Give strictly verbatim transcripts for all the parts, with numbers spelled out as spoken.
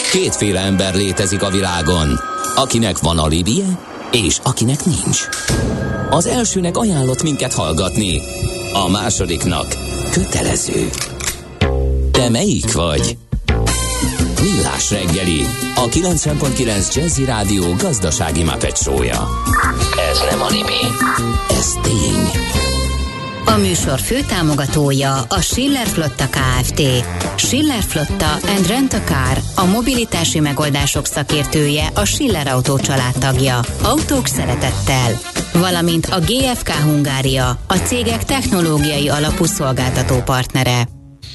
Kétféle ember létezik a világon, akinek van alibije, és akinek nincs. Az elsőnek ajánlott minket hallgatni, a másodiknak kötelező. Te melyik vagy? Millás reggeli, a kilencven pont kilenc Jazzy Rádió gazdasági Muppet show-ja. Ez nem anime, ez tény. A műsor főtámogatója a Schiller Flotta Kft. Schiller Flotta and Rent a Car, a mobilitási megoldások szakértője, a Schiller Autó családtagja. Autók szeretettel. Valamint a gé ef ká Hungária, a cégek technológiai alapú szolgáltató partnere.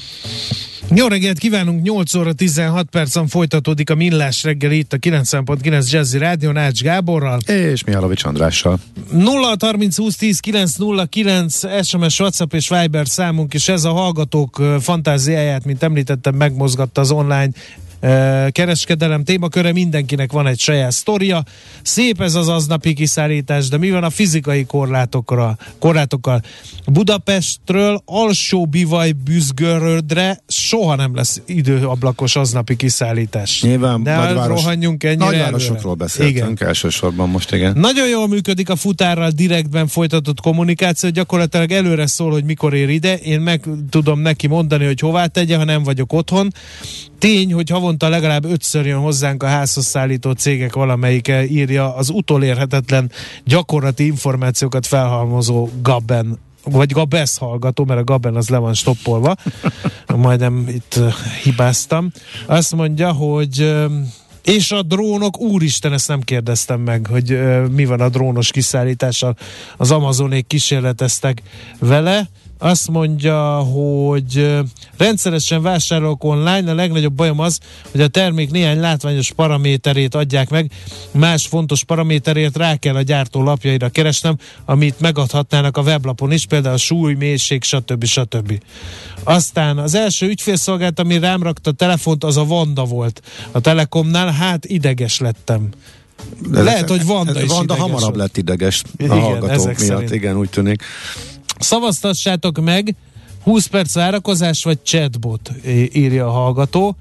Jó reggelt kívánunk, nyolc óra tizenhat percen folytatódik a Millás reggeli itt a kilencven pont kilenc Jazzy Rádión Ács Gáborral. És Mihálovics Andrással. nulla harminc húsz tíz kilenc nulla kilenc es em es, WhatsApp és Viber számunk, és ez a hallgatók fantáziáját, mint említettem, megmozgatta az online kereskedelem témaköre. Mindenkinek van egy saját sztoria. Szép ez az aznapi kiszállítás, de mi van a fizikai korlátokra, korlátokkal? Budapestről Alsó-Bivaj-Büszgörödre soha nem lesz időablakos aznapi kiszállítás. Nyilván de nagyváros, rohanjunk ennyire nagyvárosokról beszéltünk igen. elsősorban most, igen. Nagyon jól működik a futárral direktben folytatott kommunikáció, gyakorlatilag előre szól, hogy mikor ér ide, én meg tudom neki mondani, hogy hová tegye, ha nem vagyok otthon. Tény, hogy havonta legalább ötször jön hozzánk a házhoz szállító cégek valamelyike, írja az utolérhetetlen gyakorlati információkat felhalmozó Gabben, vagy Gabesz hallgató, mert a Gabben az le van stoppolva. Majdnem itt uh, hibáztam. Azt mondja, hogy uh, és a drónok, úristen, ezt nem kérdeztem meg, hogy uh, mi van a drónos kiszállítással. Az Amazonék kísérleteztek vele. Azt mondja, hogy rendszeresen vásárolok online, a legnagyobb bajom az, hogy a termék néhány látványos paraméterét adják meg, más fontos paraméterért rá kell a gyártó lapjaira keresnem, amit megadhatnának a weblapon is, például a súly, mélység, stb. stb. Aztán az első ügyfélszolgálat, ami rám rakta a telefont, az a Vanda volt a Telekomnál, hát ideges lettem. De Lehet, hogy Vanda is Vanda ideges hamarabb volt. lett ideges a Igen, hallgatók miatt, szerint. igen, úgy tűnik. Szavaztassátok meg, húsz perc várakozás vagy chatbot, írja a hallgató.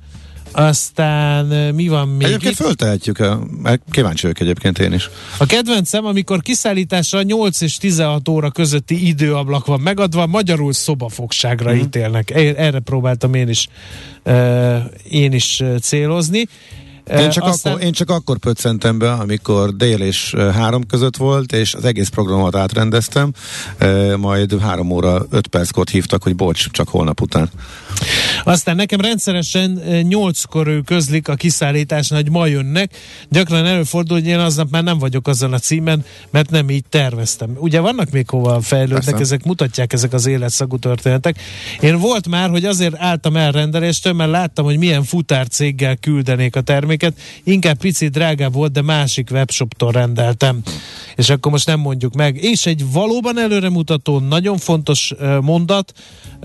Aztán mi van még Egyébként itt? föltehetjük, mert kíváncsi vagyok egyébként én is. A kedvencem, amikor kiszállításra nyolc és tizenhat óra közötti időablak van megadva, magyarul szobafogságra hmm. ítélnek. Erre próbáltam én is, uh, én is célozni. Én csak, Aztán... akkor, én csak akkor pöccentem be, amikor dél és három között volt, és az egész programot átrendeztem, majd három óra öt perckor hívtak, hogy bocs, csak holnap után. Aztán nekem rendszeresen nyolckor közlik a kiszállításnál, hogy ma jönnek. Gyakran előfordul, hogy én aznap már nem vagyok azon a címen, mert nem így terveztem. Ugye vannak még hova fejlődnek, Persze. ezek mutatják ezek az életszagú történetek. Én volt már, hogy azért álltam elrendeléstől, mert láttam, hogy milyen futárcéggel küldenék a terméket. Inkább picit drágább volt, de másik webshoptól rendeltem. És akkor most nem mondjuk meg. És egy valóban előremutató, nagyon fontos mondat,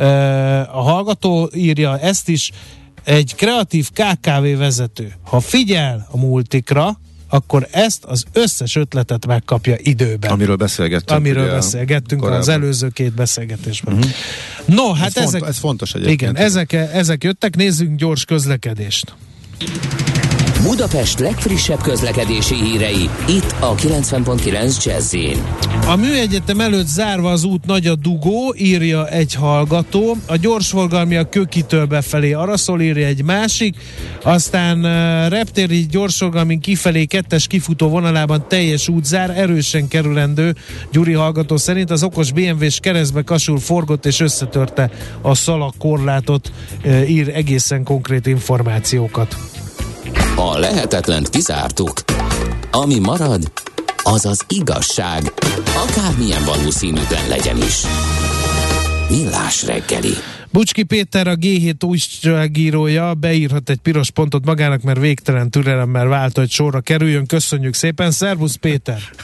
a hallgató írja ezt is, egy kreatív ká ká vé vezető, ha figyel a multikra, akkor ezt az összes ötletet megkapja időben. Amiről beszélgettünk. Amiről ugye, beszélgettünk korábban. Az előző két beszélgetésben. Uh-huh. No, hát ez ezek... Font, ez fontos egyébként. Igen, ezek, ezek jöttek, nézzünk gyors közlekedést. Budapest legfrissebb közlekedési hírei, itt a kilencven pont kilenc Jazzyn. A Műegyetem előtt zárva az út, nagy a dugó, írja egy hallgató. A gyorsforgalmi a Kökitől befelé araszol, írja egy másik. Aztán uh, reptéri gyorsforgalmi kifelé kettes kifutó vonalában teljes útzár, erősen kerülendő. Gyuri hallgató szerint az okos bé em vé-s keresztbe kasul forgott és összetörte a szalagkorlátot, uh, ír egészen konkrét információkat. A lehetetlent kizártuk. Ami marad, az az igazság, akármilyen valószínűtlen legyen is. Millás reggeli. Bucski Péter, a gé hét újságírója beírhat egy piros pontot magának, mert végtelen türelemmel vált, hogy sorra kerüljön. Köszönjük szépen. Szervusz Péter!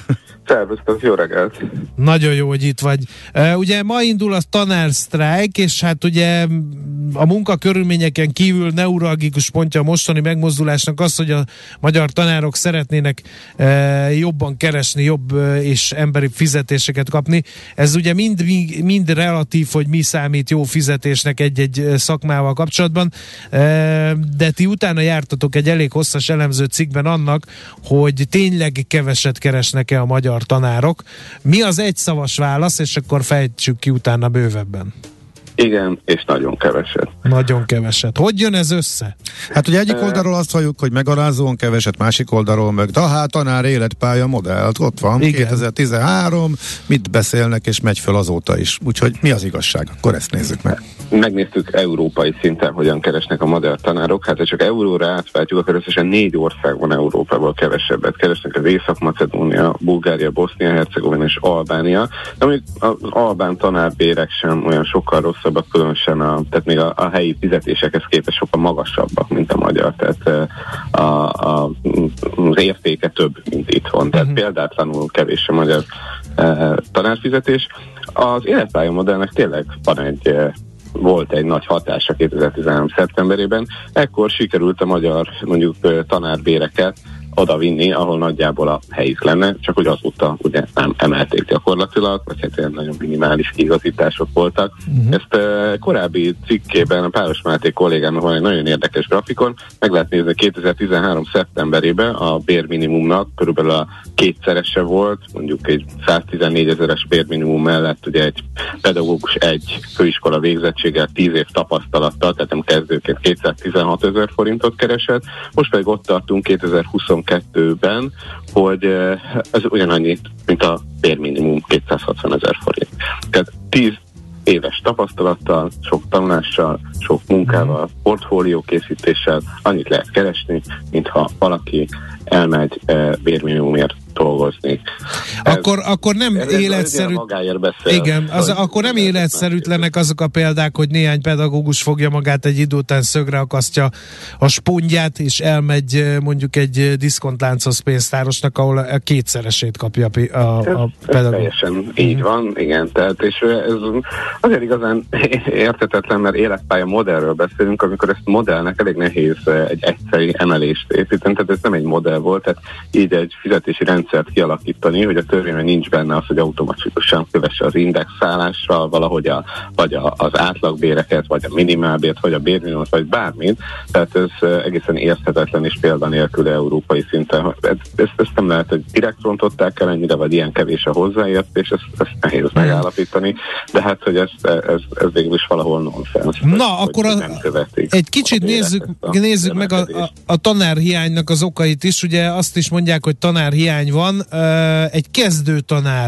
Szervusztok, jó reggelt! Nagyon jó, hogy itt vagy. Uh, ugye ma indul a tanársztrájk, és hát ugye a munkakörülményeken kívül neuralgikus pontja a mostani megmozdulásnak az, hogy a magyar tanárok szeretnének uh, jobban keresni, jobb uh, és emberi fizetéseket kapni. Ez ugye mind, mind relatív, hogy mi számít jó fizetésnek egy-egy szakmával kapcsolatban, uh, de ti utána jártatok egy elég hosszas elemző cikkben annak, hogy tényleg keveset keresnek-e a magyar tanárok. Mi az egyszavas válasz, és akkor fejtsük ki utána bővebben. Igen, és nagyon keveset. Nagyon keveset. Hogy jön ez össze? Hát ugye egyik oldalról azt halljuk, hogy megalázóan keveset, másik oldalról meg, de hát tanár életpálya modell, ott van, igen. kétezer-tizenhárom, mit beszélnek, és megy föl azóta is. Úgyhogy mi az igazság? Akkor ezt nézzük meg. Megnéztük európai szinten, hogyan keresnek a magyar tanárok. Hát ha csak euróra átváltjuk, akkor összesen négy ország van Európában kevesebbet keresnek. Az Észak-Macedónia, Bulgária, Bosznia-Hercegovina és Albánia. De mondjuk az albán tanárbérek sem olyan sokkal rosszabbak, különösen a, tehát még a, a helyi fizetésekhez képest sokkal magasabbak, mint a magyar. Tehát a, a, az értéke több, mint itthon. Tehát uh-huh. példátlanul kevés a magyar e, tanárfizetés. Az életpálya modellnek tényleg van egy volt egy nagy hatása kétezer-tizenhárom szeptemberében, ekkor sikerült a magyar mondjuk tanárbéreket odavinni, ahol nagyjából a helyük lenne, csak hogy azóta ugye nem emelték gyakorlatilag, vagy hát ilyen nagyon minimális kiigazítások voltak. Uh-huh. Ezt uh, korábbi cikkében a Páros Máté kollégámnak van egy nagyon érdekes grafikon, meg lehet nézni, kétezer-tizenhárom szeptemberében a bérminimumnak körülbelül a kétszerese volt, mondjuk egy száztizennégyezeres bérminimum mellett ugye egy pedagógus egy főiskola végzettséggel, tíz év tapasztalattal, tehát nem kezdőként kétszáztizenhatezer forintot keresett, most pedig ott tartunk kétezer-huszonkettőben, hogy ez ugyanannyi, mint a bérminimum kétszázhatvanezer forint. Tehát tíz éves tapasztalattal, sok tanulással, sok munkával, portfólió készítéssel annyit lehet keresni, mintha valaki elmegy e, bérminimumért dolgozni. Akkor, ez, akkor nem ez életszerű... Beszél, igen, az, akkor nem életszerűtlenek azok a példák, hogy néhány pedagógus fogja magát egy idő után szögre akasztja a spondját, és elmegy mondjuk egy diszkontláncos pénztárosnak, ahol a kétszeresét kapja a, a pedagógus. Teljesen így van, igen. Tehát, és ez azért igazán érthetetlen, mert életpálya modellről beszélünk, amikor ezt modellnek elég nehéz egy egyszeri emelést építeni, tehát ez nem egy modell volt, tehát így egy fizetési rendszert kialakítani, hogy a törvényben nincs benne az, hogy automatikusan kövesse az indexálással valahogy a, vagy a, az átlagbéreket, vagy a minimálbért, vagy a bérminimumot, vagy bármit. Tehát ez egészen érthetetlen és példanélkül európai szinten. Ezt, ezt, ezt nem lehet, hogy direkt rontották el ennyire, vagy ilyen kevés a hozzáértés, ezt, ezt nehéz megállapítani, de hát, hogy ez, ez, ez végül is valahol nonsens. Na, hogy, akkor a, egy kicsit nézzük, nézzük meg a, a, a tanárhiánynak az okait is. Ugye azt is mondják, hogy tanárhiány van. Egy kezdő tanár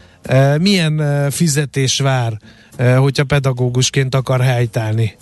milyen fizetés vár, hogyha pedagógusként akar helytállni?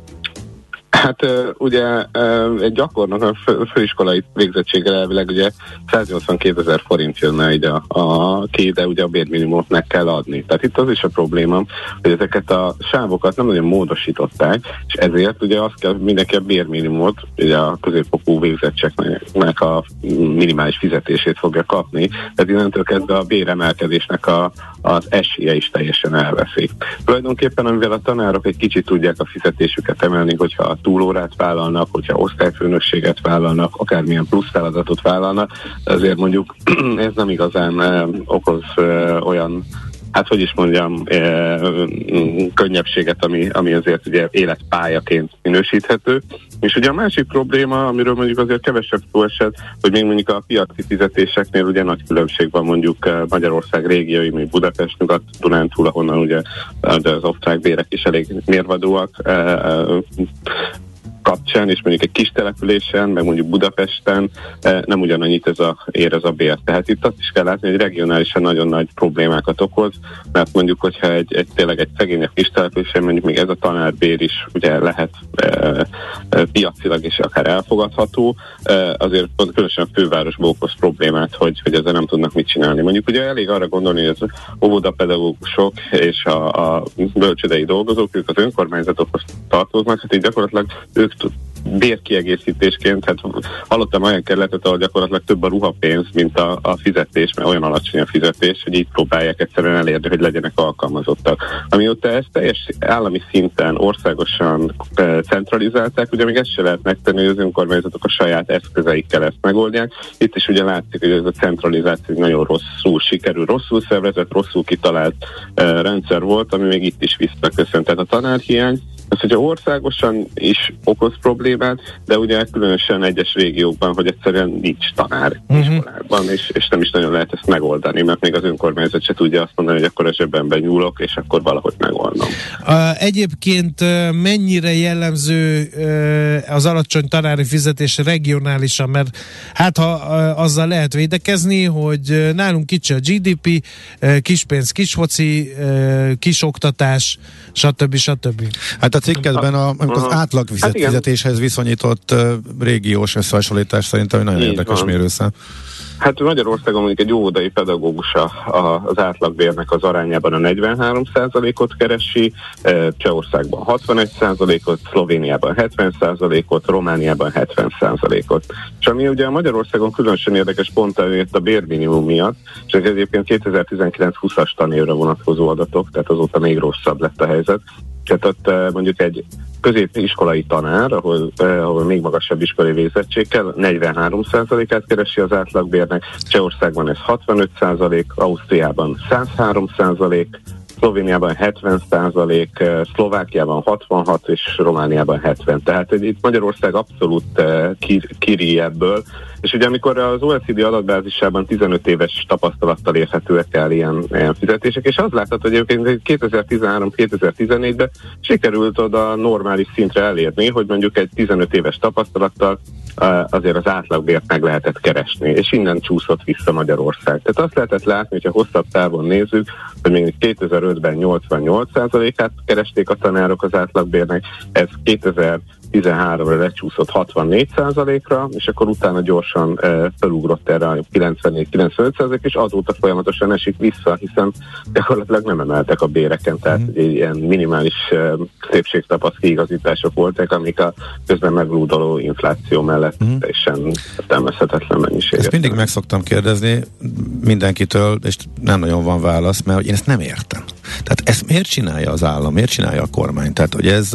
Hát ugye egy gyakornok a főiskolai végzettséggel elvileg ugye száznyolcvankétezer forint jönne így a, a ki, de ugye a bérminimumot meg kell adni. Tehát itt az is a probléma, hogy ezeket a sávokat nem nagyon módosították, és ezért ugye azt kell, mindenki a bérminimumot, ugye a középfokú végzettségnek a minimális fizetését fogja kapni, tehát innentől kezdve a béremelkedésnek a, az esélye is teljesen elveszik. Tulajdonképpen amivel a tanárok egy kicsit tudják a fizetésüket emelni, hogyha a túlórát vállalnak, hogyha osztályfőnökséget vállalnak, akármilyen plusz feladatot vállalnak, azért mondjuk ez nem igazán eh, okoz eh, olyan, hát hogy is mondjam, eh, könnyebbséget, ami, ami azért ugye életpályaként minősíthető. És ugye a másik probléma, amiről mondjuk azért kevesebb szó esett, hogy még mondjuk a piaci fizetéseknél ugye nagy különbség van mondjuk Magyarország régiói, mint Budapest, Nyugat-Dunántúl, ahonnan ugye az osztálybérek is elég mérvadóak kapcsán, és mondjuk egy kis településen, meg mondjuk Budapesten nem ugyanannyit ez a, ér ez a bér. Tehát itt azt is kell látni, hogy regionálisan nagyon nagy problémákat okoz, mert mondjuk, hogyha egy, egy tényleg egy szegényebb kis településen mondjuk még ez a tanárbér is ugye lehet e, e, piacilag is akár elfogadható, e, azért különösen a fővárosból okoz problémát, hogy, hogy ezzel nem tudnak mit csinálni. Mondjuk ugye elég arra gondolni, hogy az óvodapedagógusok és a, a bölcsődei dolgozók, ők az önkormányzatokhoz tartoznak, hát így gyakorlatilag ők bérkiegészítésként, hát hallottam olyan kerületet, ahol gyakorlatilag több a ruhapénz, mint a, a fizetés, mert olyan alacsony a fizetés, hogy így próbálják egyszerűen elérni, hogy legyenek alkalmazottak. Amióta ezt teljes állami szinten, országosan e, centralizálták, ugye még ezt se lehet megtenni, hogy az önkormányzatok a saját eszközeikkel ezt megoldják. Itt is ugye látszik, hogy ez a centralizáció nagyon rosszul sikerül, rosszul szervezett, rosszul kitalált e, rendszer volt, ami még itt is visszaköszönt. Tehát a tanárhiány, az, hogyha országosan is okoz problémát, de ugye különösen egyes régiókban, hogy egyszerűen nincs tanár uh-huh. iskolában, és, és nem is nagyon lehet ezt megoldani, mert még az önkormányzat se tudja azt mondani, hogy akkor a zsebemben nyúlok, és akkor valahogy megoldom. Uh, egyébként mennyire jellemző uh, az alacsony tanári fizetés regionálisan, mert hát ha uh, azzal lehet védekezni, hogy nálunk kicsi a gé dé pé, uh, kispénz, kisfoci, uh, kisoktatás, stb. stb. Hát a cikketben a, az átlag fizet, hát fizetéshez viszonyított uh, régiós összehasonlítás szerintem nagyon így érdekes van. Mérőszám. Hát Magyarországon mondjuk egy óvodai pedagógusa az átlagbérnek az arányában a negyvenhárom százalékot keresi, Csehországban hatvanegy százalékot, Szlovéniában hetven százalékot, Romániában hetven százalékot. És ami ugye a Magyarországon különösen érdekes pont előtt a bérminimum miatt, és ez egyébként kétezer-tizenkilenc-húszas tanévre vonatkozó adatok, tehát azóta még rosszabb lett a helyzet. Tehát ott mondjuk egy középiskolai tanár, ahol, ahol még magasabb iskolai végzettség kell, negyvenhárom százalékát keresi az átlagbérnek, Csehországban ez hatvanöt százalék, Ausztriában száz három százalék, Szlovéniában hetven százalék, Szlovákiában hatvanhat és Romániában hetven. Tehát itt Magyarország abszolút kiri ebből. És ugye amikor az o e cé dé adatbázisában tizenöt éves tapasztalattal érhetőek el ilyen, ilyen fizetések, és az látható, hogy egyébként kétezer-tizenhárom-kétezer-tizennégyben sikerült oda normális szintre elérni, hogy mondjuk egy tizenöt éves tapasztalattal azért az átlagbért meg lehetett keresni, és innen csúszott vissza Magyarország. Tehát azt lehetett látni, hogyha hosszabb távon nézzük, hogy még kétezer-ötben nyolcvannyolc százalékát keresték a tanárok az átlagbérnek, ez kétezer-tizenháromra lecsúszott hatvannégy százalékra, és akkor utána gyorsan e, felugrott erre a kilencvennégy-kilencvenöt százalék, és azóta folyamatosan esik vissza, hiszen gyakorlatilag nem emeltek a béreken, tehát mm. egy ilyen minimális e, szépségtapasz kiigazítások voltak, amik a közben meglúdoló infláció mellett mm. teljesen természetetlen mennyiséget. Ezt mindig meg szoktam kérdezni mindenkitől, és nem nagyon van válasz, mert én ezt nem értem. Tehát ezt miért csinálja az állam, miért csinálja a kormány? Tehát, hogy ez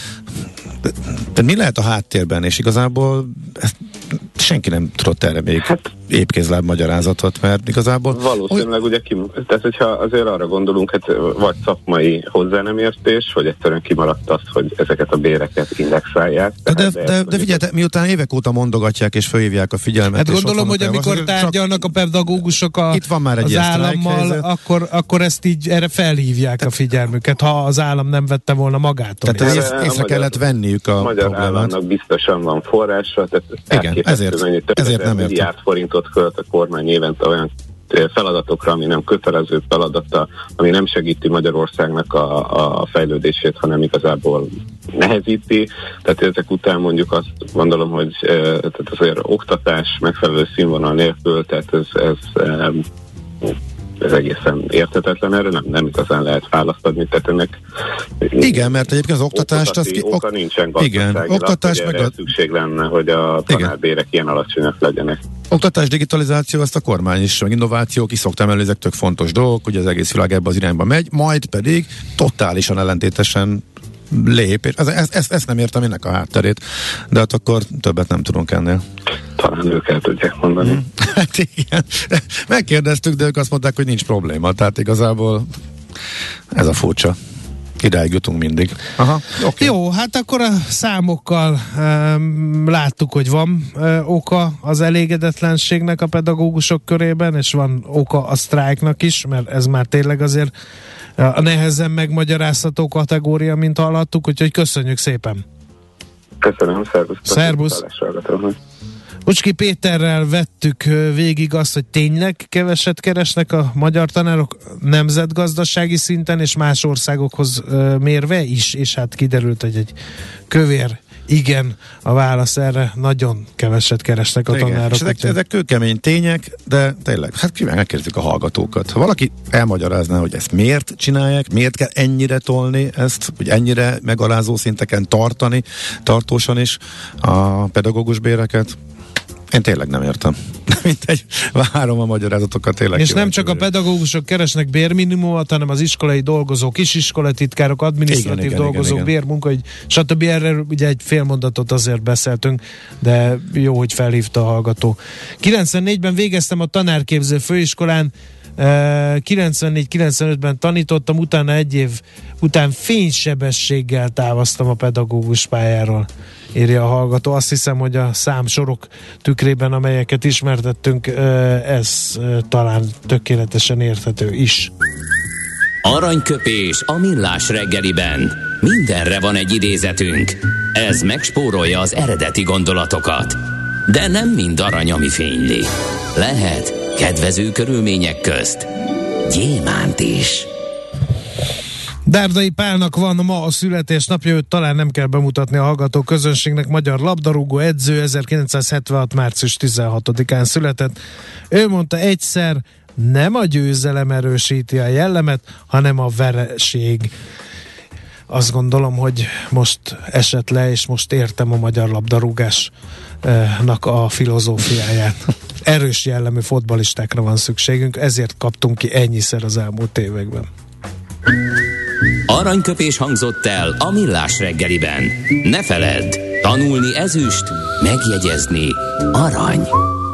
de mi lehet a háttérben, és igazából ezt senki nem tudott erre még hát, épkézláb magyarázatot, mert igazából... Valószínűleg oly... ugye, ki, tehát hogyha azért arra gondolunk, hát vagy szakmai hozzá nem értés, vagy egyszerűen kimaradt az, hogy ezeket a béreket indexálják. De, de, de, de, de figyelj, miután évek óta mondogatják és fölhívják a figyelmet... Hát gondolom, hogy amikor tárgyalnak csak... a pedagógusok a, itt van már egy az állammal, akkor, akkor ezt így erre felhívják te... a figyelmüket, ha az állam nem vette volna magától. Tehát észre, észre magyar, kellett venniük a magyar problémát. Államnak biztosan van forrásra, tehát igen, ezért, ezért nem milliárd forintot költ a kormány évente olyan feladatokra, ami nem kötelező feladata, ami nem segíti Magyarországnak a, a fejlődését, hanem igazából nehezíti. Tehát ezek után mondjuk azt gondolom, hogy e, tehát azért oktatás megfelelő színvonal nélkül, tehát ez, ez e, ez egészen érthetetlen, erre nem, nem igazán lehet választ adni, tehát ennek igen, mert egyébként az oktatást az ki, oka nincsen gazdaságilag, oktatás hogy meg a... szükség lenne, hogy a tanárbérek ilyen alacsonyak legyenek. Oktatás, digitalizáció, ezt a kormány is, meg innováció, ki szoktam elő, ezek tök fontos dolgok, hogy az egész világ ebbe az irányba megy, majd pedig totálisan ellentétesen lép, és ezt, ezt, ezt nem értem ennek a hátterét, de hát akkor többet nem tudunk ennél. Talán ők el tudják mondani. Mm. Hát igen, megkérdeztük, de ők azt mondták, hogy nincs probléma, tehát igazából ez a furcsa. Idáig jutunk mindig. Aha, okay. Jó, hát akkor a számokkal um, láttuk, hogy van uh, oka az elégedetlenségnek a pedagógusok körében, és van oka a sztrájknak is, mert ez már tényleg azért a nehezen megmagyarázható kategória, mint hallottuk, úgyhogy köszönjük szépen. Köszönöm, szervusz. Szervusz. Ucski Péterrel vettük végig azt, hogy tényleg keveset keresnek a magyar tanárok nemzetgazdasági szinten és más országokhoz mérve is, és hát kiderült, hogy egy kövér igen a válasz erre. Nagyon keveset keresnek a igen, tanárok. Ezek, ezek kőkemény tények, de tényleg, hát megkérdezzük a hallgatókat. Ha valaki elmagyarázná, hogy ezt miért csinálják, miért kell ennyire tolni ezt, hogy ennyire megalázó szinteken tartani, tartósan is a pedagógus béreket, én tényleg nem értem. Mindegy, várom a magyarázatokat tényleg. És nem csak a pedagógusok keresnek bérminimumot, hanem az iskolai dolgozók, kisiskolatitkárok, adminisztratív igen, dolgozók, igen, bérmunka, stb. Erről ugye egy fél mondatot azért beszéltünk, de jó, hogy felhívta a hallgató. kilencvennégyben végeztem a tanárképző főiskolán, kilencvennégy kilencvenötben tanítottam, utána egy év után fénysebességgel távoztam a pedagógus pályáról, írja a hallgató. Azt hiszem, hogy a számsorok tükrében, amelyeket ismertettünk, ez talán tökéletesen érthető is. Aranyköpés a millás reggeliben. Mindenre van egy idézetünk. Ez megspórolja az eredeti gondolatokat. De nem mind arany, ami fényli. Lehet kedvező körülmények közt gyémánt is. Dárdai Pálnak van ma a születésnapja, őt talán nem kell bemutatni a hallgató közönségnek. Magyar labdarúgó, edző, ezerkilencszázhetvenhat március tizenhatodikán született. Ő mondta egyszer, nem a győzelem erősíti a jellemet, hanem a vereség. Azt gondolom, hogy most esett le, és most értem a magyar labdarúgásnak a filozófiáját. Erős jellemű fotballistákra van szükségünk, ezért kaptunk ki ennyiszer az elmúlt években. Aranyköpés hangzott el a millás reggeliben. Ne feledd, tanulni ezüst, megjegyezni arany.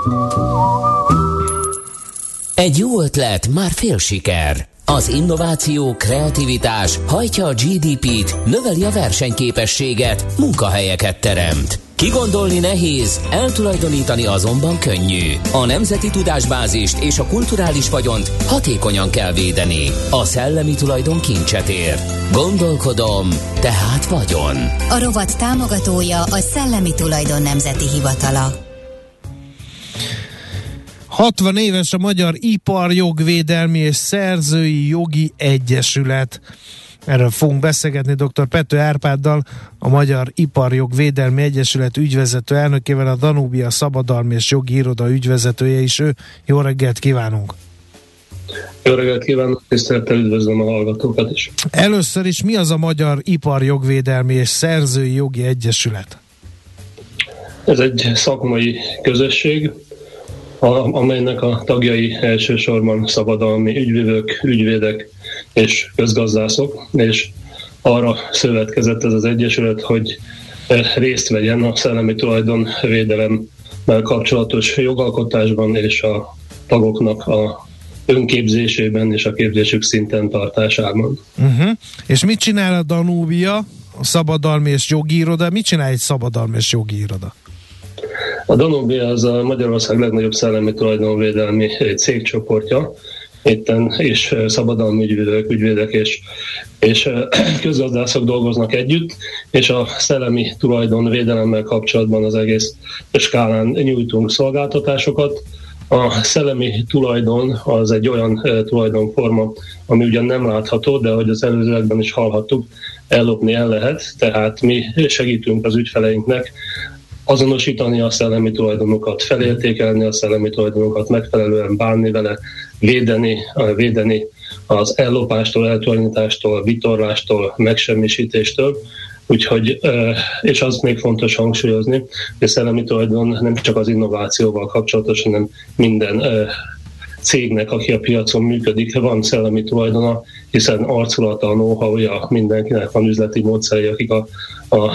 Egy jó ötlet már fél siker. Az innováció, kreativitás hajtja a gé dé pét, növeli a versenyképességet, munkahelyeket teremt. Kigondolni nehéz, eltulajdonítani azonban könnyű. A nemzeti tudásbázist és a kulturális vagyont hatékonyan kell védeni. A szellemi tulajdon kincset ér. Gondolkodom, tehát vagyon. A rovat támogatója a Szellemi Tulajdon Nemzeti Hivatala. hatvan éves a Magyar Iparjogvédelmi és Szerzői Jogi Egyesület. Erről fogunk beszélgetni dr. Pető Árpáddal, a Magyar Iparjogvédelmi Egyesület ügyvezető elnökével, a Danubia Szabadalmi és Jogi Iroda ügyvezetője is ő. Jó reggelt kívánunk! Jó reggelt kívánok, tisztelettel üdvözlöm a hallgatókat is. Először is mi az a Magyar Iparjogvédelmi és Szerzői Jogi Egyesület? Ez egy szakmai közösség, amelynek a tagjai elsősorban szabadalmi ügyvivők, ügyvédek és közgazdászok, és arra szövetkezett ez az egyesület, hogy részt vegyen a szellemi tulajdon védelemmel kapcsolatos jogalkotásban és a tagoknak a önképzésében és a képzésük szinten tartásában. Uh-huh. És mit csinál a Danubia, a szabadalmi és jogi iroda? Mit csinál egy szabadalmi és jogi iroda? A Danubia az a Magyarország legnagyobb szellemi tulajdonvédelmi cégcsoportja, itten és szabadalmi ügyvédek, ügyvédek és, és közgazdászok dolgoznak együtt, és a szellemi tulajdonvédelemmel kapcsolatban az egész skálán nyújtunk szolgáltatásokat. A szellemi tulajdon az egy olyan tulajdonforma, ami ugyan nem látható, de ahogy az előzőekben is hallhattuk, ellopni el lehet, tehát mi segítünk az ügyfeleinknek azonosítani a szellemi tulajdonokat, felértékelni a szellemi tulajdonokat, megfelelően bánni vele, védeni, védeni az ellopástól, eltulajdonítástól, vitorlástól, megsemmisítéstől. Úgyhogy, és az még fontos hangsúlyozni, hogy a szellemi tulajdon nem csak az innovációval kapcsolatos, hanem minden cégnek, aki a piacon működik, van szellemi tulajdona, hiszen arculata, a know-how-ja, mindenkinek van üzleti módszerei, akik a, a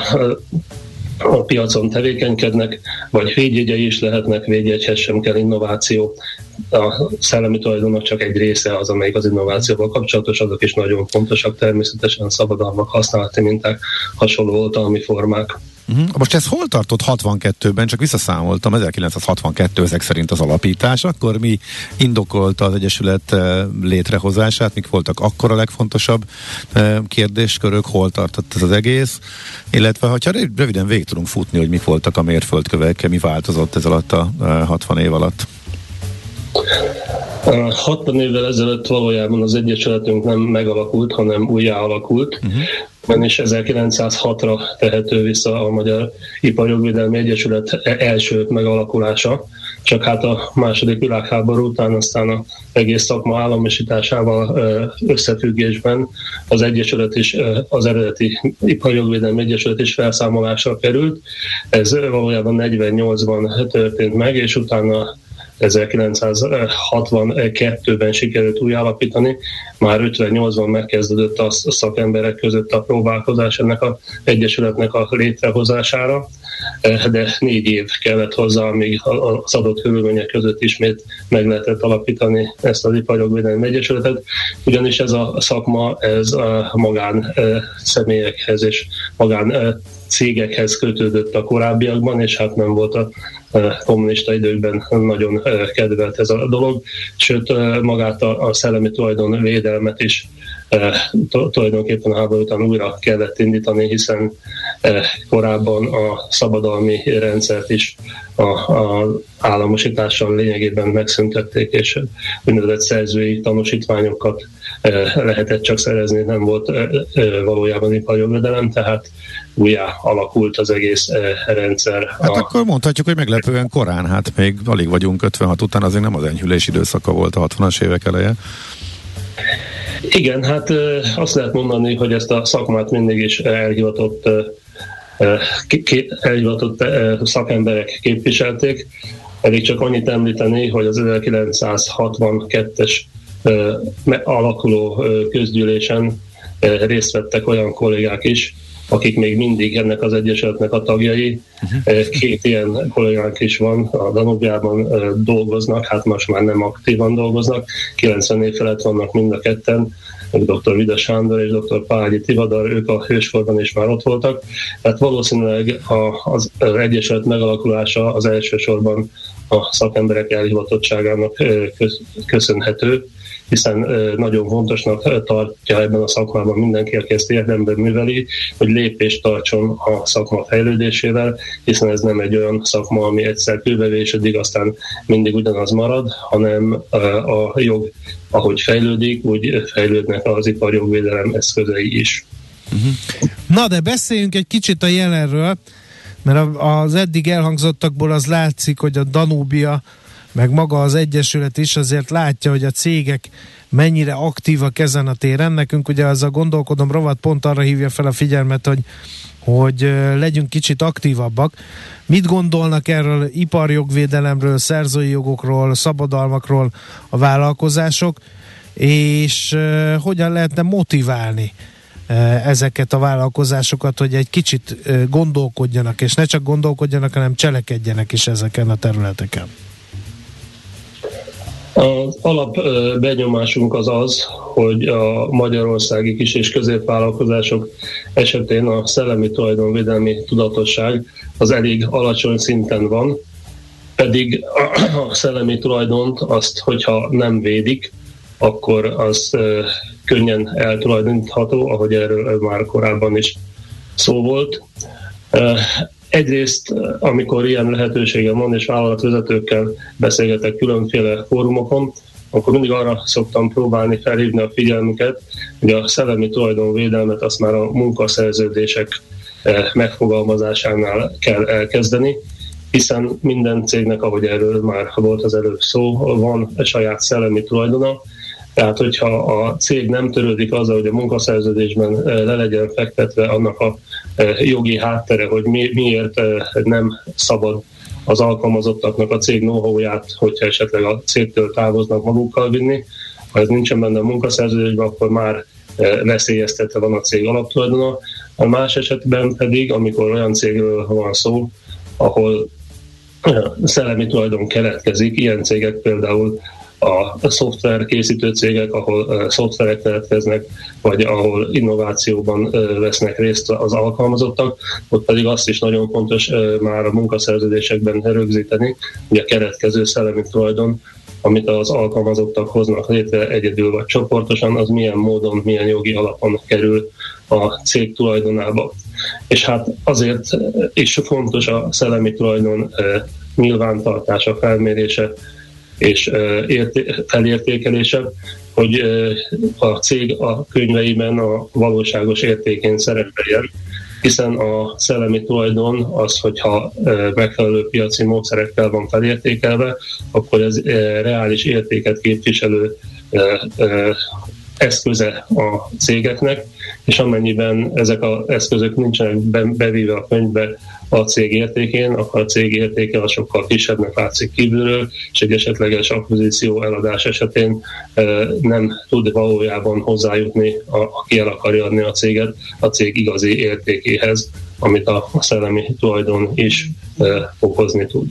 a piacon tevékenykednek, vagy védjegyei is lehetnek, védjegyhez sem kell innováció. A szellemi tulajdonnak csak egy része az, amelyik az innovációval kapcsolatos, azok is nagyon fontosak, természetesen szabadalmak, használati minták, hasonló oltalmi formák. Uh-huh. Most ez hol tartott hatvankettőben? Csak visszaszámoltam, ezerkilencszázhatvankettő ezek szerint az alapítás, akkor mi indokolta az Egyesület létrehozását, mik voltak akkor a legfontosabb kérdéskörök, hol tartott ez az egész, illetve ha röviden végig tudunk futni, hogy mik voltak a mérföldkövek, mi változott ez alatt a hatvan év alatt. hatvan évvel ezelőtt valójában az Egyesületünk nem megalakult, hanem újjá alakult. Uh-huh. és ezerkilencszázhatra tehető vissza a Magyar Iparjogvédelmi Egyesület első megalakulása, csak hát a második világháború után aztán az egész szakma államosításával összefüggésben az Egyesület is, az eredeti Iparjogvédelmi Egyesület is felszámolásra került. Ez valójában negyvennyolcban történt meg, és utána ezerkilencszázhatvankettőben sikerült újjáalapítani, már ötvennyolcban megkezdődött a szakemberek között a próbálkozás ennek az egyesületnek a létrehozására, de négy év kellett hozzá, amíg az adott körülmények között ismét meg lehetett alapítani ezt az Iparjogvédelmi Egyesületet, ugyanis ez a szakma ez a magán személyekhez és magán cégekhez kötődött a korábbiakban, és hát nem volt a kommunista időkben nagyon kedvelt ez a dolog, sőt magát a, a szellemi tulajdon védelmet is tulajdonképpen a háború után újra kellett indítani, hiszen korábban a szabadalmi rendszert is az államosítással lényegében megszüntették, és úgynevezett szerzői tanúsítványokat lehetett csak szerezni, nem volt valójában iparjogvédelem, tehát újjá alakult az egész rendszer. Hát a... akkor mondhatjuk, hogy meglepően korán, hát még alig vagyunk ötvenhat után, azért nem az enyhülés időszaka volt a hatvanas évek eleje. Igen, hát azt lehet mondani, hogy ezt a szakmát mindig is elhivatott, elhivatott szakemberek képviselték. Elég csak annyit említeni, hogy az ezerkilencszázhatvankettes alakuló közgyűlésen részt vettek olyan kollégák is, akik még mindig ennek az egyesületnek a tagjai. Két ilyen kollégánk is van, a Danubiában dolgoznak, hát most már nem aktívan dolgoznak, kilencven év felett vannak mind a ketten, doktor Vida Sándor és doktor Págyi Tivadar, ők a hőskorban is már ott voltak. Tehát valószínűleg az egyesület megalakulása az elsősorban a szakemberek elhivatottságának köszönhető, hiszen nagyon fontosnak tartja ebben a szakmában mindenki, aki ezt érdemben műveli, hogy lépést tartson a szakma fejlődésével, hiszen ez nem egy olyan szakma, ami egyszer kőbevésődik, aztán mindig ugyanaz marad, hanem a jog, ahogy fejlődik, úgy fejlődnek az iparjogvédelem eszközei is. Na de beszéljünk egy kicsit a jelenről, mert az eddig elhangzottakból az látszik, hogy a Danubia meg maga az egyesület is azért látja, hogy a cégek mennyire aktívak ezen a téren. Nekünk ugye az a Gondolkodom rovat pont arra hívja fel a figyelmet, hogy, hogy legyünk kicsit aktívabbak. Mit gondolnak erről iparjogvédelemről, szerzői jogokról, szabadalmakról a vállalkozások, és uh, hogyan lehetne motiválni uh, ezeket a vállalkozásokat, hogy egy kicsit uh, gondolkodjanak, és ne csak gondolkodjanak, hanem cselekedjenek is ezeken a területeken? Az alap benyomásunk az az, hogy a magyarországi kis- és középvállalkozások esetén a szellemi tulajdonvédelmi tudatosság az elég alacsony szinten van, pedig a szellemi tulajdont azt, hogyha nem védik, akkor az könnyen eltulajdonítható, ahogy erről már korábban is szó volt. Egyrészt, amikor ilyen lehetőségem van, és vállalatvezetőkkel beszélgetek különféle fórumokon, akkor mindig arra szoktam próbálni felhívni a figyelmüket, hogy a szellemi tulajdonvédelmet azt már a munkaszerződések megfogalmazásánál kell elkezdeni, hiszen minden cégnek, ahogy erről már volt az előbb szó, van a saját szellemi tulajdona. Tehát, hogyha a cég nem törődik azzal, hogy a munkaszerződésben le legyen fektetve annak a jogi háttere, hogy mi, miért nem szabad az alkalmazottaknak a cég know-how-ját, hogyha esetleg a cégtől távoznak, magukkal vinni. Ha ez nincsen benne a munkaszerződésben, akkor már veszélyeztetve van a cég alaptulajdona. A más esetben pedig, amikor olyan cégről van szó, ahol szellemi tulajdon keletkezik, ilyen cégek például a szoftver készítő cégek, ahol szoftverek keletkeznek, vagy ahol innovációban vesznek részt az alkalmazottak, ott pedig azt is nagyon fontos már a munkaszerződésekben rögzíteni, hogy a keletkező szellemi tulajdon, amit az alkalmazottak hoznak létre egyedül vagy csoportosan, az milyen módon, milyen jogi alapon kerül a cég tulajdonába. És hát azért is fontos a szellemi tulajdon nyilvántartása, felmérése és érté- felértékelése, hogy a cég a könyveiben a valóságos értékén szerepeljen, hiszen a szellemi tulajdon az, hogyha megfelelő piaci módszerekkel van felértékelve, akkor ez reális értéket képviselő eszköze a cégeknek, és amennyiben ezek az eszközök nincsenek bevéve a könyvbe a cég értékén, akkor a cég értéke a sokkal kisebbnek látszik kívülről, és egy esetleges akvizíció eladás esetén nem tud valójában hozzájutni, aki el akarja adni a céget, a cég igazi értékéhez, amit a szellemi tulajdon is okozni tud.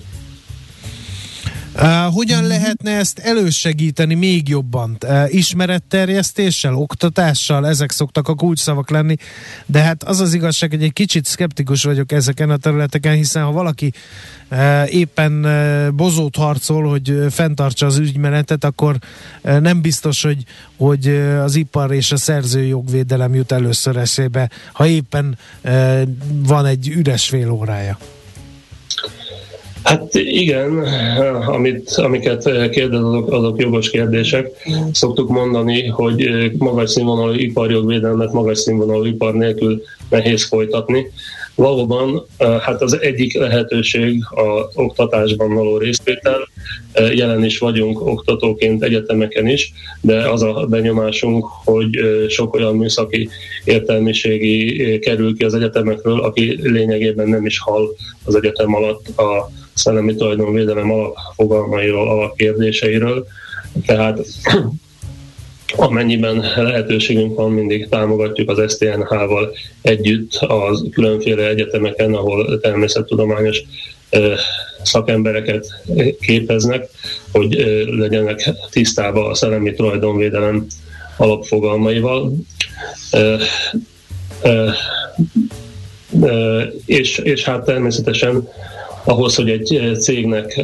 Uh, hogyan lehetne ezt elősegíteni még jobban? Uh, ismeretterjesztéssel, oktatással, ezek szoktak a kulcsszavak lenni, de hát az az igazság, hogy egy kicsit szkeptikus vagyok ezeken a területeken, hiszen ha valaki uh, éppen uh, bozót harcol, hogy uh, fenntartsa az ügymenetet, akkor uh, nem biztos, hogy, hogy uh, az ipar és a szerzői jogvédelem jut először eszébe, ha éppen uh, van egy üres fél órája. Hát igen, amit, amiket kérdez, azok, azok jogos kérdések. Szoktuk mondani, hogy magas színvonalú iparjogvédelmet magas színvonalú ipar nélkül nehéz folytatni. Valóban hát az egyik lehetőség az oktatásban való részvétel. Jelen is vagyunk oktatóként egyetemeken is, de az a benyomásunk, hogy sok olyan műszaki értelmiségi kerül ki az egyetemekről, aki lényegében nem is hall az egyetem alatt a szellemi tulajdonvédelem alapfogalmairól, alapkérdéseiről. Tehát amennyiben lehetőségünk van, mindig támogatjuk az es té en há-val együtt az különféle egyetemeken, ahol természettudományos szakembereket képeznek, hogy legyenek tisztában a szellemi tulajdonvédelem alapfogalmaival. És, és hát természetesen ahhoz, hogy egy cégnek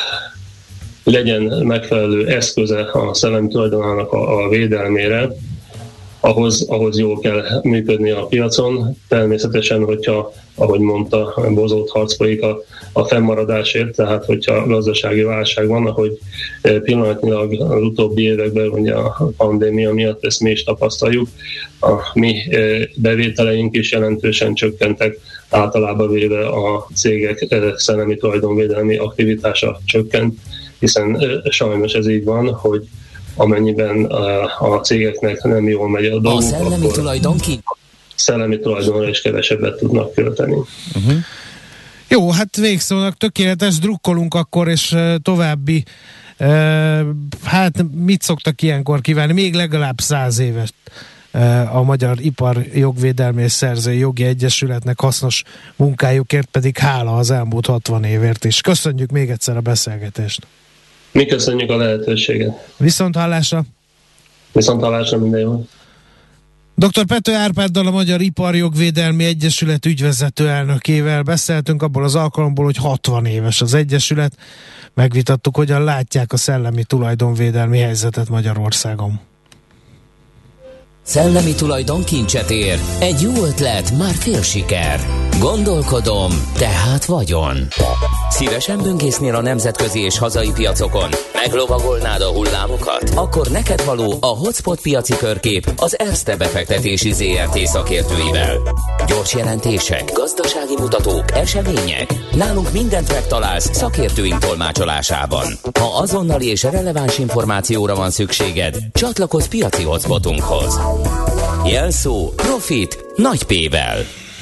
legyen megfelelő eszköze a szellemi tulajdonának a, a védelmére, ahhoz, ahhoz jól kell működni a piacon. Természetesen, hogyha, ahogy mondta, bozót harc folyik a, a fennmaradásért, tehát hogyha gazdasági válság van, ahogy pillanatnyilag az utóbbi években, ugye a pandémia miatt ezt mi is tapasztaljuk, a mi bevételeink is jelentősen csökkentek, általában véve a cégek szellemi tulajdonvédelmi aktivitása csökkent, hiszen sajnos ez így van, hogy amennyiben a cégeknek nem jól megy a dolguk, a szellemi akkor tulajdon ki? szellemi tulajdonra is kevesebbet tudnak költeni. Uh-huh. Jó, hát végszónak tökéletes, drukkolunk akkor, és további uh, hát mit szoktak ilyenkor kívánni? Még legalább száz évet uh, a Magyar Ipar Jogvédelmi és Szerzői Jogi Egyesületnek, hasznos munkájukért pedig hála az elmúlt hatvan évért is. Köszönjük még egyszer a beszélgetést. Mi köszönjük a lehetőséget. Viszont hallásra. Viszont hallásra, minden jó. doktor Pető Árpáddal, a Magyar Iparjogvédelmi Egyesület ügyvezető elnökével beszéltünk abból az alkalomból, hogy hatvan éves az Egyesület. Megvitattuk, hogyan látják a szellemi tulajdonvédelmi helyzetet Magyarországon. Szellemi tulajdon kincset ér. Egy jó ötlet, már fél siker. Gondolkodom, tehát vagyon. Szívesen böngésznél a nemzetközi és hazai piacokon? Meglovagolnád a hullámokat? Akkor neked való a Hotspot piaci körkép az Erste befektetési zé er té szakértőivel. Gyors jelentések, gazdasági mutatók, események. Nálunk mindent megtalálsz szakértőink tolmácsolásában. Ha azonnali és releváns információra van szükséged, csatlakozz piaci hotspotunkhoz. Jelszó Profit nagy P-vel.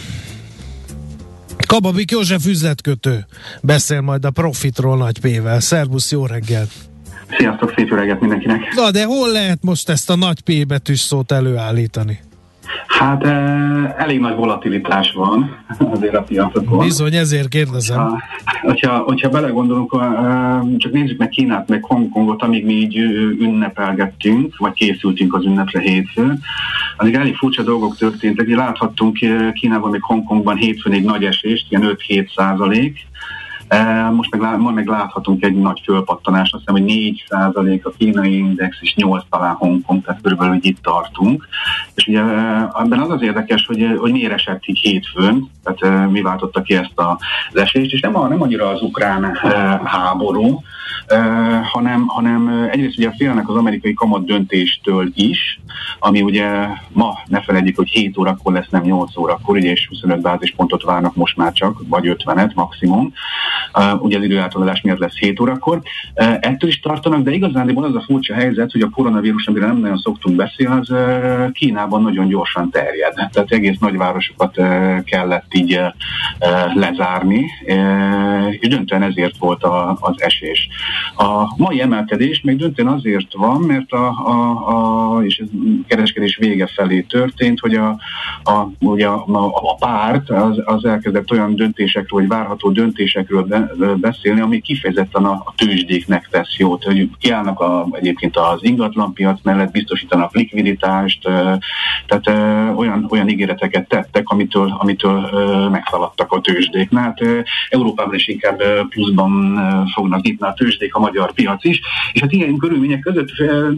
Kababik József üzletkötő beszél majd a Profitról nagy P-vel. Szervusz, jó reggel! Sziasztok, szép jó reggelt mindenkinek! Na, de hol lehet most ezt a nagy P betűs szót előállítani? Hát eh, elég nagy volatilitás van azért a piacokon. Bizony, ezért kérdezem. Ha, hogyha, hogyha belegondolunk, eh, csak nézzük meg Kínát, meg Hongkongot, amíg mi így ünnepelgettünk, vagy készültünk az ünnepre hétfőn. Addig elég furcsa dolgok történtek. Láthattunk Kínában, meg Hongkongban hétfőn egy nagy esést, ilyen öt-hét százalék. Most meg, most meg láthatunk egy nagy fölpattanást, azt hiszem, hogy négy százalék a kínai index, és nyolc talán Hongkong, tehát körülbelül így itt tartunk. És ugye ebben az az érdekes, hogy, hogy miért esett így hétfőn, tehát mi váltotta ki ezt az esést, és nem, a, nem annyira az ukrán háború, Uh, hanem, hanem egyrészt ugye félnek az amerikai kamat döntéstől is, ami ugye ma ne felejtjük, hogy hét órakor lesz, nem nyolc órakor, ugye, és huszonöt bázispontot várnak most már csak, vagy ötvenet maximum. Uh, ugye az időáltalás miatt lesz hét órakor. Uh, ettől is tartanak, de igazándiból az a furcsa helyzet, hogy a koronavírus, amire nem nagyon szoktunk beszélni, az uh, Kínában nagyon gyorsan terjed. Tehát egész nagyvárosokat uh, kellett így uh, lezárni, uh, és döntően ezért volt a, az esés. A mai emelkedés még döntően azért van, mert a, a, a és ez kereskedés vége felé történt, hogy a, a, ugye a, a, a párt az, az elkezdett olyan döntésekről, vagy várható döntésekről be, beszélni, ami kifejezetten a, a tőzsdéknek tesz jót, hogy kiállnak a, egyébként az ingatlanpiac mellett, biztosítanak likviditást, tehát olyan, olyan ígéreteket tettek, amitől, amitől megszaladtak a tőzsdék. Hát Európában is inkább pluszban fognak nyitni a tőzsdék, a magyar piac is, és hát ilyen körülmények között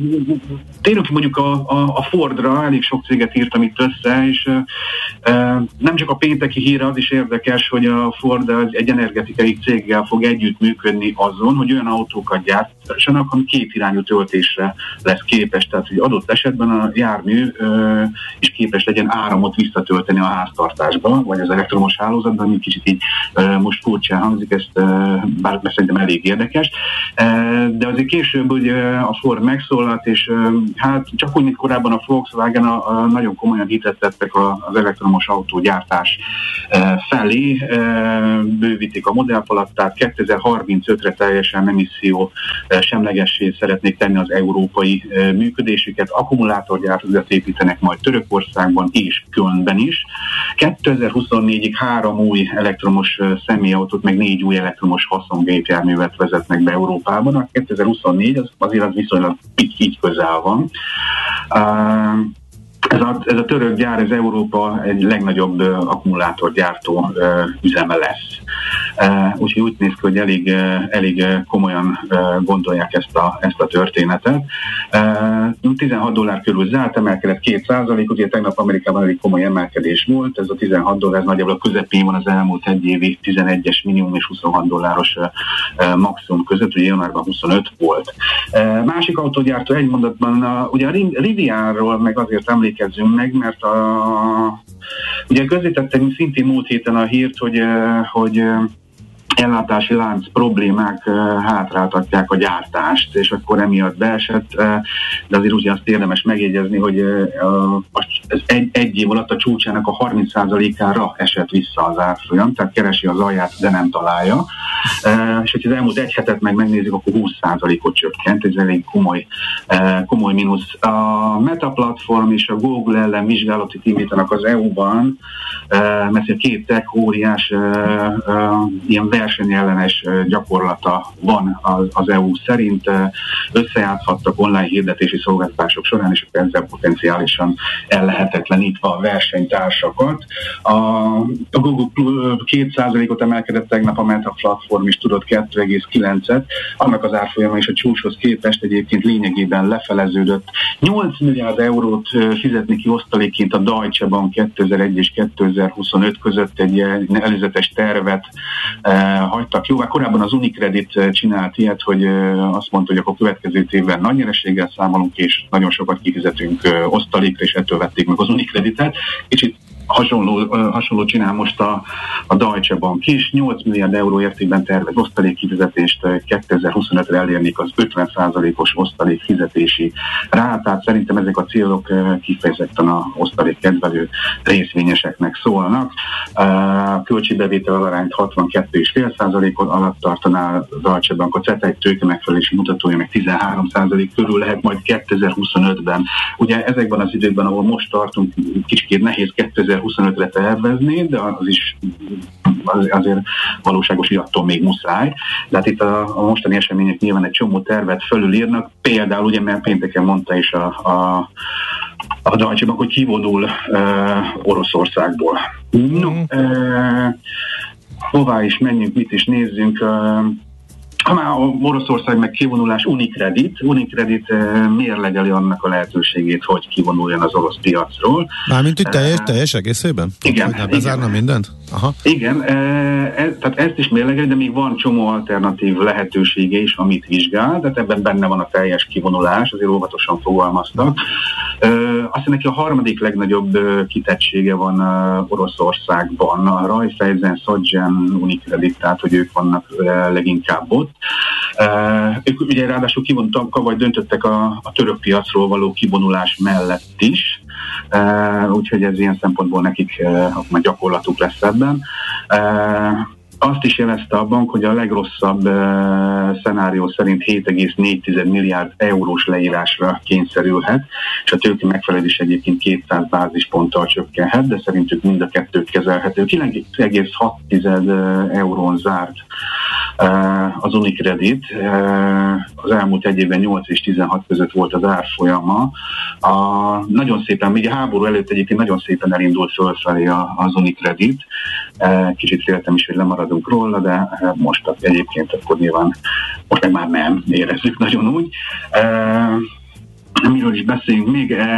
térünk ki mondjuk a, a, a Fordra, elég sok céget írtam itt össze, és e, nem csak a pénteki hír, az is érdekes, hogy a Ford egy energetikai céggel fog együttműködni azon, hogy olyan autókat gyártsanak, ami két irányú töltésre lesz képes, tehát hogy adott esetben a jármű e, is képes legyen áramot visszatölteni a háztartásba, vagy az elektromos hálózatban, ami kicsit így e, most furcsán hangzik, ezt e, bár szerintem elég érdekes. De azért később ugye a Ford megszólalt, és hát csak úgy, mint korábban a Volkswagen a, a nagyon komolyan hitet tettek az elektromos autógyártás felé, bővítik a modellpalettát, kétezer-harmincötre teljesen emisszió semlegessé szeretnék tenni az európai működésüket, akkumulátorgyártókat építenek majd Törökországban és Kölnben is. kétezer-huszonnégyig három új elektromos személyautót, meg négy új elektromos haszongépjárművet vezetnek be Európában. A kétezer-huszonnégy az, azért az viszonylag így közel van. Uh, Ez a, ez a török gyár, ez Európa egy legnagyobb uh, akkumulátorgyártó uh, üzeme lesz. Uh, úgyhogy úgy néz ki, hogy elég, uh, elég uh, komolyan uh, gondolják ezt a, ezt a történetet. Uh, tizenhat dollár körül zárt, emelkedett két százalék, ugye tegnap Amerikában elég komoly emelkedés volt, ez a tizenhat dollár nagyjából a közepén van az elmúlt egy évi tizenegyes minimum és huszonhat dolláros uh, uh, maximum között, ugye januárban huszonöt volt. Uh, másik autógyártó egy mondatban, uh, ugye a Rivianról meg azért emlékezzünk meg, mert a, ugye közzétettek szintén múlt héten a hírt, hogy, hogy ellátási lánc problémák hátráltatják a gyártást, és akkor emiatt beesett, de azért ugye azt érdemes megjegyezni, hogy ez egy, egy év alatt a csúcsának a harminc százalékára esett vissza az árfolyam, tehát keresi az alját, de nem találja. És hogyha az elmúlt egy hetet meg megnézzük, akkor húsz százalékot csökkent, ez elég komoly, komoly mínusz. A Meta platform és a Google ellen vizsgálatot indítanak az é u-ban, mert a két tech óriás ilyen versenyellenes gyakorlata van az, az é u szerint, összejátszhattak online hirdetési szolgáltatások során, és ezzel potenciálisan ellehetetlenítve a versenytársakat. A, a Google két százalékot emelkedett tegnap, a Meta platform is tudott kettő egész kilencet, annak az árfolyama is a csúcshoz képest egyébként lényegében lefeleződött. nyolc milliárd eurót fizetni ki osztalékként a Deutsche Bank kétezer-egy és kétezer-huszonöt között egy előzetes tervet hagytak jóvá. Korábban az Unicredit csinált ilyet, hogy azt mondta, hogy akkor következő évben nagy nyereséggel számolunk, és nagyon sokat kifizetünk osztalékra, és ettől vették meg az Unicreditet. Kicsit hasonló, hasonló csinál most a, a Deutsche Bank is. nyolc milliárd euró értékben tervez osztalékkifizetést, kétezer-huszonötre elérnék az ötven százalékos osztalékfizetési rátát. Szerintem ezek a célok kifejezetten a osztalékkedvelő részvényeseknek szólnak. A költségbevétel arányt hatvankettő egész öt százalékon alatt tartaná a Deutsche Bank, a CETA egy tőke megfelelési mutatója meg tizenhárom százalék körül lehet majd kétezer-huszonötben. Ugye ezekben az időkben, ahol most tartunk, kicsit nehéz kétezer-huszonötre tervezni, de az is az, azért valóságos, hogy attól még muszáj. De hát itt a, a mostani események nyilván egy csomó tervet fölülírnak, például ugye, mert pénteken mondta is a, a a Deutsche Bank, hogy kivonul uh, Oroszországból. No, uh, hová is menjünk, mit is nézzünk. Ha már a Oroszország meg kivonulás, Unicredit, Unicredit mérlegeli annak a lehetőségét, hogy kivonuljon az orosz piacról. Mármint itt teljes, teljes egészében? Igen. Hogy bezárna mindent? Aha. Igen, e, tehát ezt is mérlegeli, de még van csomó alternatív lehetősége is, amit vizsgál, de ebben benne van a teljes kivonulás, azért óvatosan fogalmaztak. E, azt neki a harmadik legnagyobb kitettsége van Oroszországban, a Raiffeisen, Szocgen, Unicredit, tehát hogy ők vannak leginkább ott. Uh, ők ugye ráadásul kivonultak, vagy döntöttek a, a török piacról való kivonulás mellett is, uh, úgyhogy ez ilyen szempontból nekik uh, már gyakorlatuk lesz ebben. Uh, Azt is jelezte a bank, hogy a legrosszabb uh, szenárió szerint hét egész négy milliárd eurós leírásra kényszerülhet, és a tőke megfelelés egyébként kétszáz bázisponttal csökkenhet, de szerintük mind a kettőt kezelhető. kilenc egész hat eurón zárt uh, az Unicredit. Uh, az elmúlt egy évben nyolc és tizenhat között volt az árfolyama. A, nagyon szépen, még a háború előtt egyébként nagyon szépen elindult fölfelé a, az Unicredit. Uh, kicsit féltem is, hogy lemaradunk róla, de most egyébként akkor nyilván most meg már nem érezzük nagyon úgy. Uh, miről is beszéljünk még? Uh,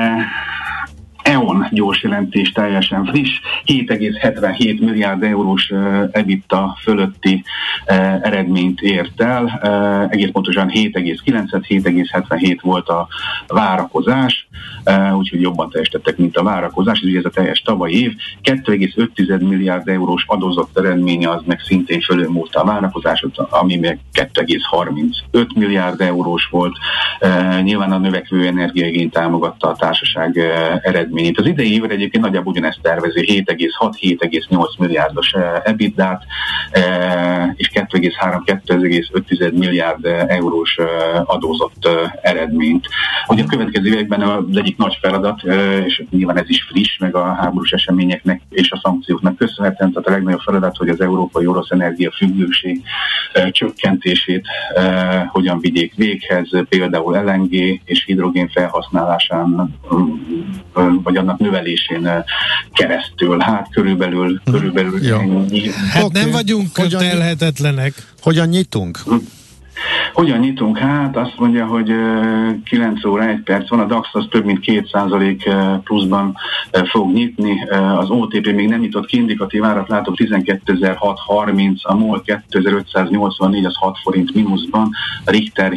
é o en gyors jelentés teljesen friss, hét egész hetvenhét milliárd eurós uh, EBITDA fölötti uh, eredményt ért el, uh, egész pontosan hét egész kilenc, hét egész hetvenhét volt a várakozás, uh, úgyhogy jobban teljesítettek, mint a várakozás, ez ugye ez a teljes tavalyi év, két egész öt milliárd eurós adózott eredménye az meg szintén fölülmúlta a várakozásot, ami meg két egész harmincöt milliárd eurós volt, uh, nyilván a növekvő energiaigény támogatta a társaság uh, eredményét. Az idei évre egyébként nagyjából ugyanezt tervezi, hét egész hat - hét egész nyolc milliárdos ebitdát, és két egész három - két egész öt milliárd eurós adózott eredményt. Ugye a következő években az egyik nagy feladat, és nyilván ez is friss, meg a háborús eseményeknek és a szankcióknak köszönhetően, tehát a legnagyobb feladat, hogy az európai orosz energia függőség csökkentését hogyan vigyék véghez, például el en gé és hidrogén felhasználásán vagy annak növelésén keresztül. Hát körülbelül, körülbelül ennyi. Hát okay. Nem vagyunk kötelhetetlenek. Hogyan nyitunk? Hogyan nyitunk? Hát azt mondja, hogy kilenc óra egy perc van, a dé á iksz az több mint két százalék pluszban fog nyitni, az o té pé még nem nyitott ki, indikatív árat látok tizenkétezer-hatszázharminc, a MOL kétezer-ötszáznyolcvannégy, az hat forint mínuszban, a Richter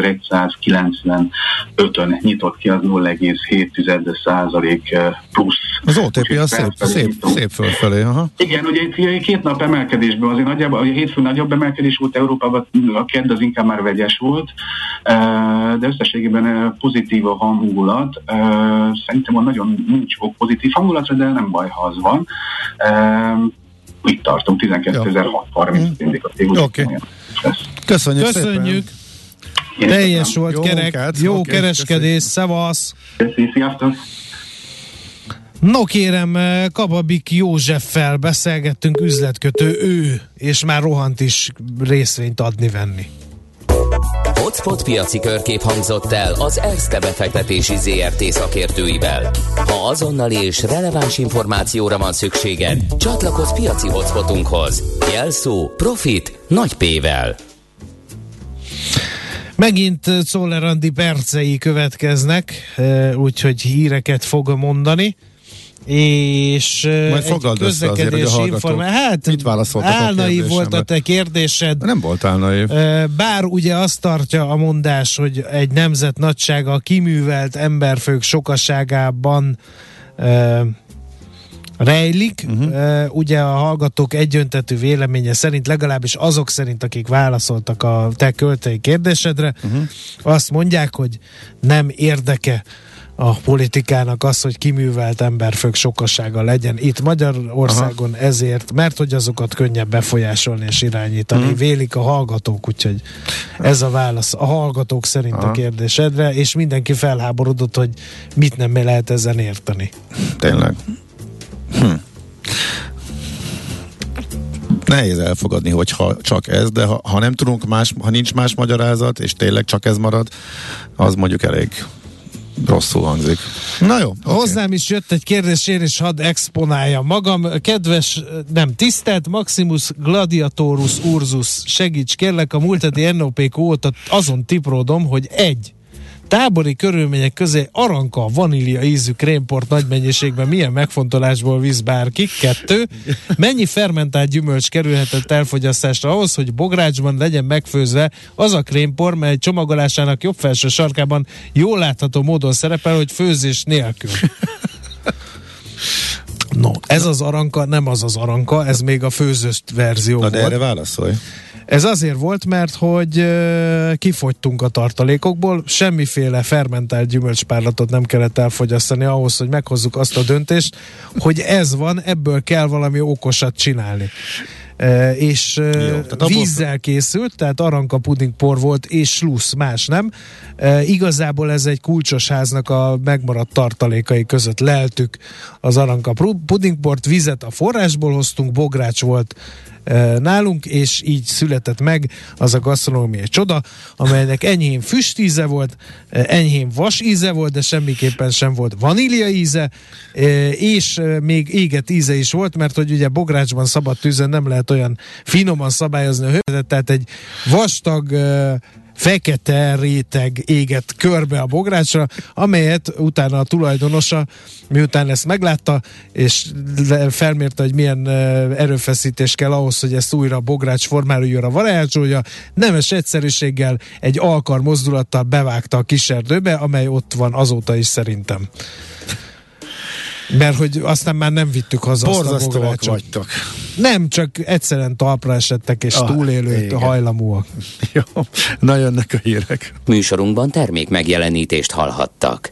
hétezer-egyszázkilencvenötön nyitott ki, az nulla egész hét százalék plusz. Az o té pé az szép, szép, szép fölfelé, aha. Igen, ugye itt két nap emelkedésből, azért nagyjából, a hétfő nagyobb emelkedés volt Európában, a kedd az inkább már vegyes volt, de összességében pozitív a hangulat. Szerintem nagyon nincs ok pozitív hangulatra, de nem baj, ha az van. Itt tartunk, tizenkétezer-hatszázharminc indikatív. Oké. Okay. Köszönjük, Köszönjük. Szépen. Teljes volt, jó kerek. Munkát. Jó okay, kereskedés, szevasz. Sziasztok. No kérem, Kababik Józseffel beszélgettünk, üzletkötő ő, és már rohant is részvényt adni-venni. Hotspot piaci körkép hangzott el az Erste befektetési zé er té szakértőivel. Ha azonnali és releváns információra van szükséged, csatlakozz piaci hotspotunkhoz. Jelszó Profit nagy P-vel. Megint Czoller Andi percei következnek, úgyhogy híreket fog mondani. És majd foglald össze azért, hogy a hallgatók hát, mit válaszoltak álnaív volt a te kérdésed. Nem volt álnaív. Bár ugye azt tartja a mondás, hogy egy nemzet nagysága a kiművelt emberfők sokaságában uh, rejlik. Uh-huh. Uh, ugye a hallgatók egyöntetű véleménye szerint, legalábbis azok szerint, akik válaszoltak a te költői kérdésedre, uh-huh. azt mondják, hogy nem érdeke a politikának az, hogy kiművelt emberfők sokasága legyen itt Magyarországon. Aha. Ezért, mert hogy azokat könnyebb befolyásolni és irányítani, hmm. vélik a hallgatók, úgyhogy ez a válasz a hallgatók szerint Aha. a kérdésedre, és mindenki felháborodott, hogy mit nem lehet ezen érteni. Tényleg. Hm. Nehéz elfogadni, hogyha csak ez, de ha, ha nem tudunk más, ha nincs más magyarázat, és tényleg csak ez marad, az mondjuk elég rosszul hangzik. Na jó. Okay. Hozzám is jött egy kérdés, én is hadd exponáljam magam. Kedves, nem, tisztelt Maximus Gladiatorus Ursus, segíts kérlek, a múlt heti en o pé kú óta azon tipródom, hogy egy, tábori körülmények közé aranka, vanília ízű krémport nagy mennyiségben milyen megfontolásból visz bárki? Kettő, mennyi fermentált gyümölcs kerülhetett elfogyasztásra ahhoz, hogy bográcsban legyen megfőzve az a krémpor, mely csomagolásának jobb felső sarkában jól látható módon szerepel, hogy főzés nélkül. No, ez az aranka, nem az az aranka, ez még a főzős verzió Na, de volt. erre válaszolj. Ez azért volt, mert hogy uh, kifogytunk a tartalékokból, semmiféle fermentált gyümölcspárlatot nem kellett elfogyasztani ahhoz, hogy meghozzuk azt a döntést, hogy ez van, ebből kell valami okosat csinálni. Uh, és uh, Jó, vízzel készült, tehát aranka pudingpor volt, és slusz, más nem. Uh, igazából ez egy kulcsos háznak a megmaradt tartalékai között leltük az aranka pudingport, vizet a forrásból hoztunk, bogrács volt nálunk, és így született meg az a gasztronómiai csoda, amelynek enyhén füstíze volt, enyhén vas íze volt, de semmiképpen sem volt vanília íze, és még éget íze is volt, mert hogy ugye bográcsban szabad tűzön nem lehet olyan finoman szabályozni a hőzetet, tehát egy vastag fekete réteg égett körbe a bográcsra, amelyet utána a tulajdonosa, miután ezt meglátta, és felmérte, hogy milyen erőfeszítés kell ahhoz, hogy ezt újra a bogrács formára jöjjön a varázsolja, nemes egyszerűséggel egy alkar mozdulattal bevágta a kis erdőbe, amely ott van azóta is szerintem. Mert hogy aztán már nem vittük haza azt a bográcsot. Vagytok. Nem, csak egyszerűen talpra esettek, és ah, túlélő hajlamúak. Jó, na jönnek a hírek. Műsorunkban termék megjelenítést hallhattak.